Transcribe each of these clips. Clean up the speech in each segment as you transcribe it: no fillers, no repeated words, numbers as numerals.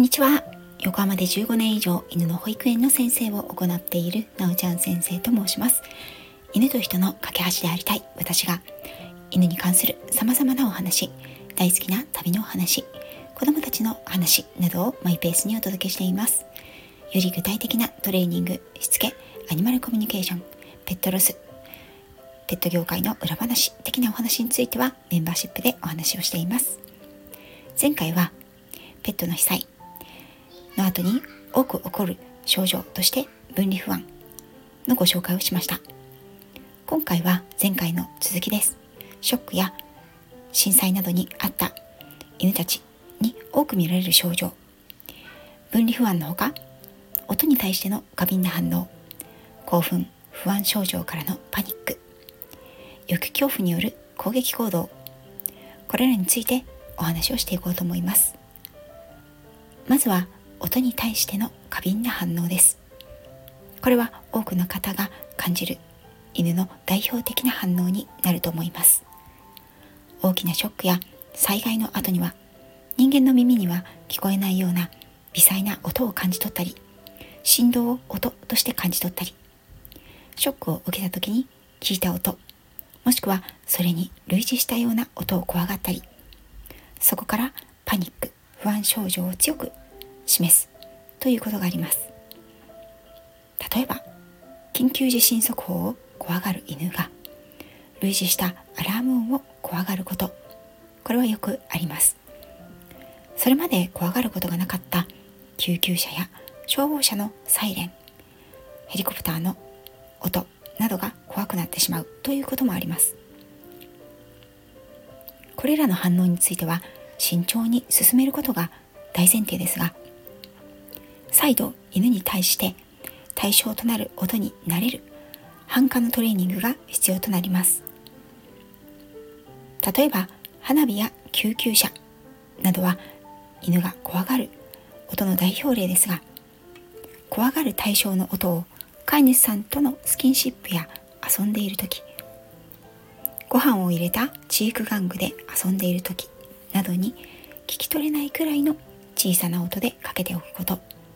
にちは。横浜で15年以上犬の保育園の先生を行っているなおちゃん先生と申します。犬と人の架け橋でありたい私が、犬に関する様々なお話、大好きな旅のお話、子供たちの話などをマイペースにお届けしています。より具体的なトレーニング、しつけ、アニマルコミュニケーション、ペットロス、ペット業界の裏話的なお話についてはメンバーシップでお話をしています。前回はペットの被災の後に多く起こる症状として分離不安のご紹介をしました。今回は前回の続きです。ショックや震災などにあった犬たちに多く見られる症状、分離不安のほか、音に対しての過敏な反応、興奮・不安症状からのパニック、抑恐怖による攻撃行動、これらについてお話をしていこうと思います。まずは音に対しての過敏な反応です。これは多くの方が感じる犬の代表的な反応になると思います。大きなショックや災害の後には、人間の耳には聞こえないような微細な音を感じ取ったり、振動を音として感じ取ったり、ショックを受けた時に聞いた音、もしくはそれに類似したような音を怖がったり、そこからパニック・不安症状を強く示すということがあります。例えば、緊急地震速報を怖がる犬が類似したアラーム音を怖がること、これはよくあります。それまで怖がることがなかった救急車や消防車のサイレン、ヘリコプターの音などが怖くなってしまうということもあります。これらの反応については慎重に進めることが大前提ですが、再度犬に対して対象となる音に慣れる反感のトレーニングが必要となります。例えば花火や救急車などは犬が怖がる音の代表例ですが、怖がる対象の音を飼い主さんとのスキンシップや遊んでいるとき、ご飯を入れた知育玩具で遊んでいるときなどに聞き取れないくらいの小さな音でかけておくこと、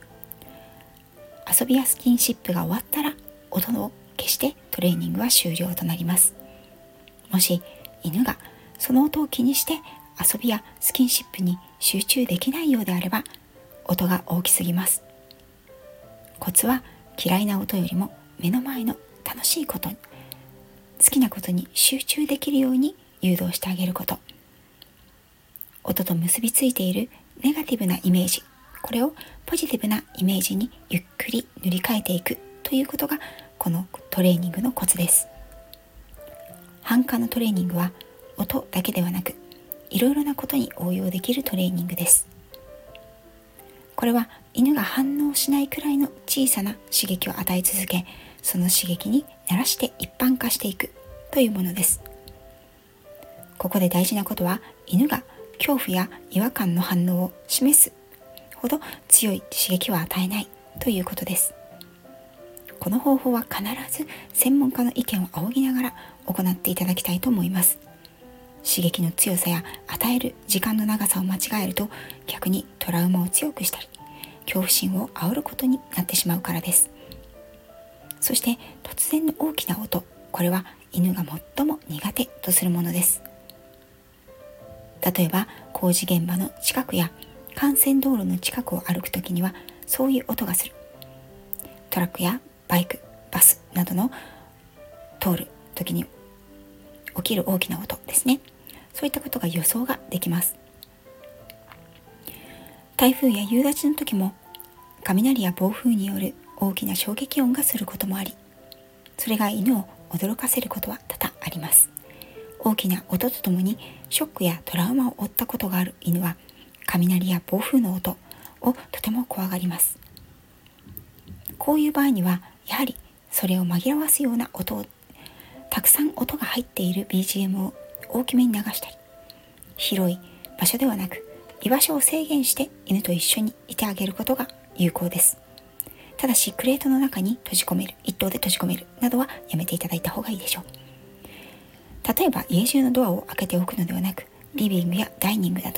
遊びやスキンシップが終わったら音を消してトレーニングは終了となります。もし犬がその音を気にして遊びやスキンシップに集中できないようであれば、音が大きすぎます。コツは嫌いな音よりも目の前の楽しいこと、好きなことに集中できるように誘導してあげること、音と結びついているネガティブなイメージ、これをポジティブなイメージにゆっくり塗り替えていくということがこのトレーニングのコツです。反感のトレーニングは音だけではなく、いろいろなことに応用できるトレーニングです。これは犬が反応しないくらいの小さな刺激を与え続け、その刺激に慣らして一般化していくというものです。ここで大事なことは、犬が恐怖や違和感の反応を示すほど強い刺激は与えないということです。この方法は必ず専門家の意見を仰ぎながら行っていただきたいと思います。刺激の強さや与える時間の長さを間違えると、逆にトラウマを強くしたり、恐怖心を煽ることになってしまうからです。そして突然の大きな音、これは犬が最も苦手とするものです。例えば工事現場の近くや幹線道路の近くを歩くときにはそういう音がする。トラックやバイク、バスなどの通るときに起きる大きな音ですね。そういったことが予想ができます。台風や夕立の時も雷や暴風による大きな衝撃音がすることもあり、それが犬を驚かせることは多々あります。大きな音とともにショックやトラウマを負ったことがある犬は、雷や暴風の音をとても怖がります。こういう場合にはやはりそれを紛らわすような音を、たくさん音が入っている BGM を大きめに流したり、広い場所ではなく居場所を制限して犬と一緒にいてあげることが有効です。ただしクレートの中に閉じ込める、一頭で閉じ込めるなどはやめていただいた方がいいでしょう。例えば家中のドアを開けておくのではなく、リビングやダイニングだと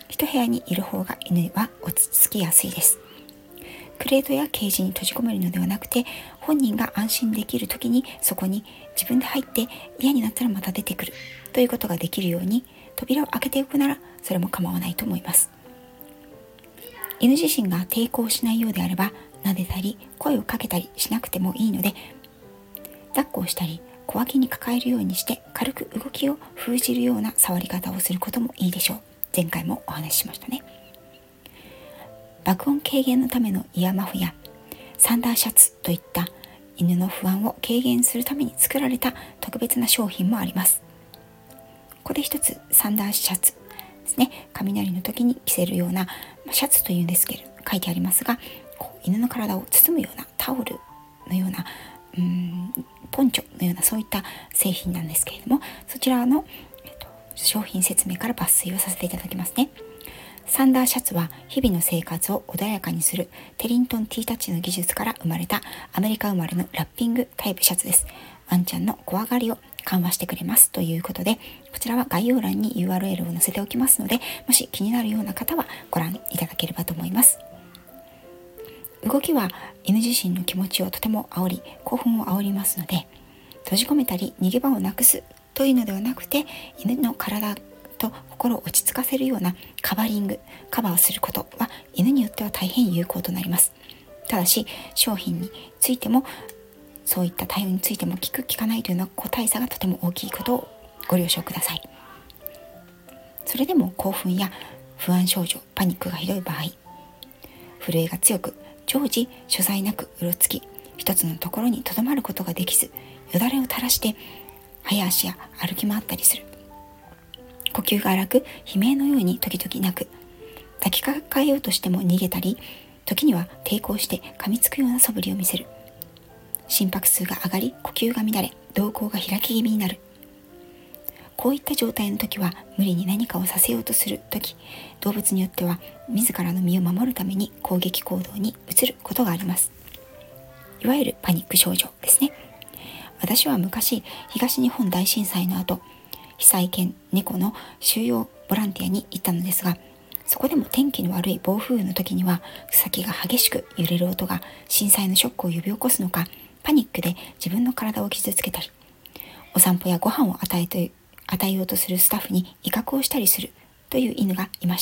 一部屋にいる方が犬は落ち着きやすいです。クレートやケージに閉じ込めるのではなくて、本人が安心できる時にそこに自分で入って、嫌になったらまた出てくるということができるように扉を開けておくなら、それも構わないと思います。犬自身が抵抗しないようであれば、撫でたり声をかけたりしなくてもいいので、抱っこをしたり小脇に抱えるようにして軽く動きを封じるような触り方をすることもいいでしょう。前回もお話ししましたね。爆音軽減のためのイヤーマフやサンダーシャツといった犬の不安を軽減するために作られた特別な商品もあります。ここで一つ、サンダーシャツですね。雷の時に着せるようなシャツというんですけど、書いてありますが、犬の体を包むようなタオルのようなポンチョのような、そういった製品なんですけれども、そちらの、商品説明から抜粋をさせていただきますね。サンダーシャツは日々の生活を穏やかにするテリントン T タッチの技術から生まれたアメリカ生まれのラッピングタイプシャツです。ワンちゃんの怖がりを緩和してくれますということで、こちらは概要欄に URL を載せておきますので、もし気になるような方はご覧いただければと思います。動きは犬自身の気持ちをとても煽り、興奮を煽りますので、閉じ込めたり逃げ場をなくすというのではなくて、犬の体と心を落ち着かせるようなカバーをすることは犬によっては大変有効となります。ただし商品についても、そういった対応についても効く効かないというのは個体差がとても大きいことをご了承ください。それでも興奮や不安症状、パニックがひどい場合、震えが強く常時所在なくうろつき、一つのところにとどまることができず、よだれを垂らして早足や歩き回ったりする、呼吸が荒く悲鳴のように時々泣く、抱きかかえようとしても逃げたり、時には抵抗して噛みつくような素振りを見せる、心拍数が上がり呼吸が乱れ瞳孔が開き気味になる。こういった状態の時は無理に何かをさせようとする時、動物によっては自らの身を守るために攻撃行動に移ることがあります。いわゆるパニック症状ですね。私は昔、東日本大震災の後、被災犬猫の収容ボランティアに行ったのですが、そこでも天気の悪い暴風雨の時には、草木が激しく揺れる音が震災のショックを呼び起こすのか、パニックで自分の体を傷つけたり、お散歩やご飯を与えようとするスタッフに威嚇をしたりするという犬がいました。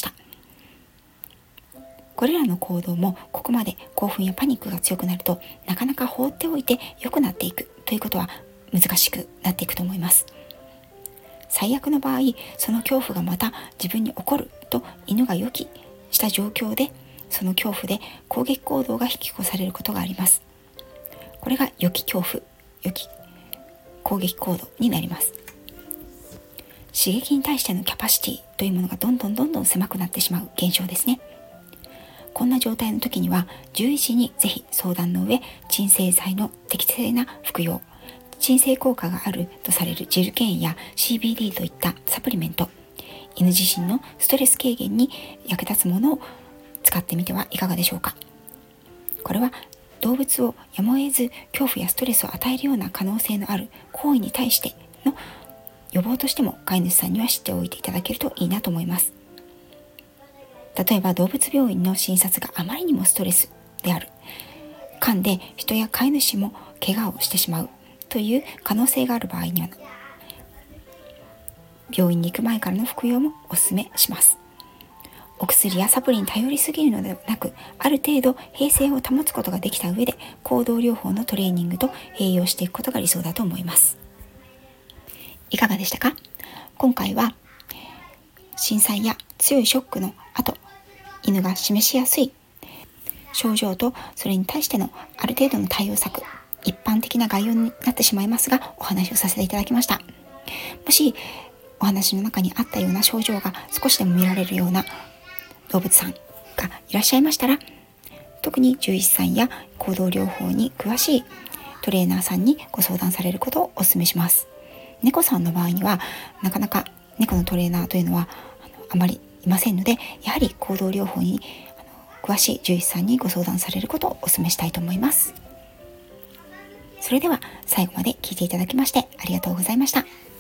これらの行動もここまで興奮やパニックが強くなると、なかなか放っておいて良くなっていくということは難しくなっていくと思います。最悪の場合、その恐怖がまた自分に起こると犬が予期した状況で、その恐怖で攻撃行動が引き起こされることがあります。これが予期恐怖、予期攻撃行動になります。刺激に対してのキャパシティというものがどんどん狭くなってしまう現象ですね。こんな状態の時には、獣医師にぜひ相談の上、鎮静剤の適正な服用、鎮静効果があるとされるジルケーンや CBD といったサプリメント、犬自身のストレス軽減に役立つものを使ってみてはいかがでしょうか。これは動物をやむを得ず恐怖やストレスを与えるような可能性のある行為に対しての予防としても、飼い主さんには知っておいていただけるといいなと思います。例えば動物病院の診察があまりにもストレスである、噛んで人や飼い主も怪我をしてしまうという可能性がある場合には、病院に行く前からの服用もお勧めします。お薬やサプリに頼りすぎるのではなく、ある程度平静を保つことができた上で、行動療法のトレーニングと併用していくことが理想だと思います。いかがでしたか？今回は震災や強いショックの後、犬が示しやすい症状とそれに対してのある程度の対応策、一般的な概要になってしまいますが、お話をさせていただきました。もしお話の中にあったような症状が少しでも見られるような動物さんがいらっしゃいましたら、特に獣医師さんや行動療法に詳しいトレーナーさんにご相談されることをお勧めします。猫さんの場合にはなかなか猫のトレーナーというのはあまりいませんので、やはり行動療法に詳しい獣医師さんにご相談されることをお勧めしたいと思います。それでは最後まで聞いていただきましてありがとうございました。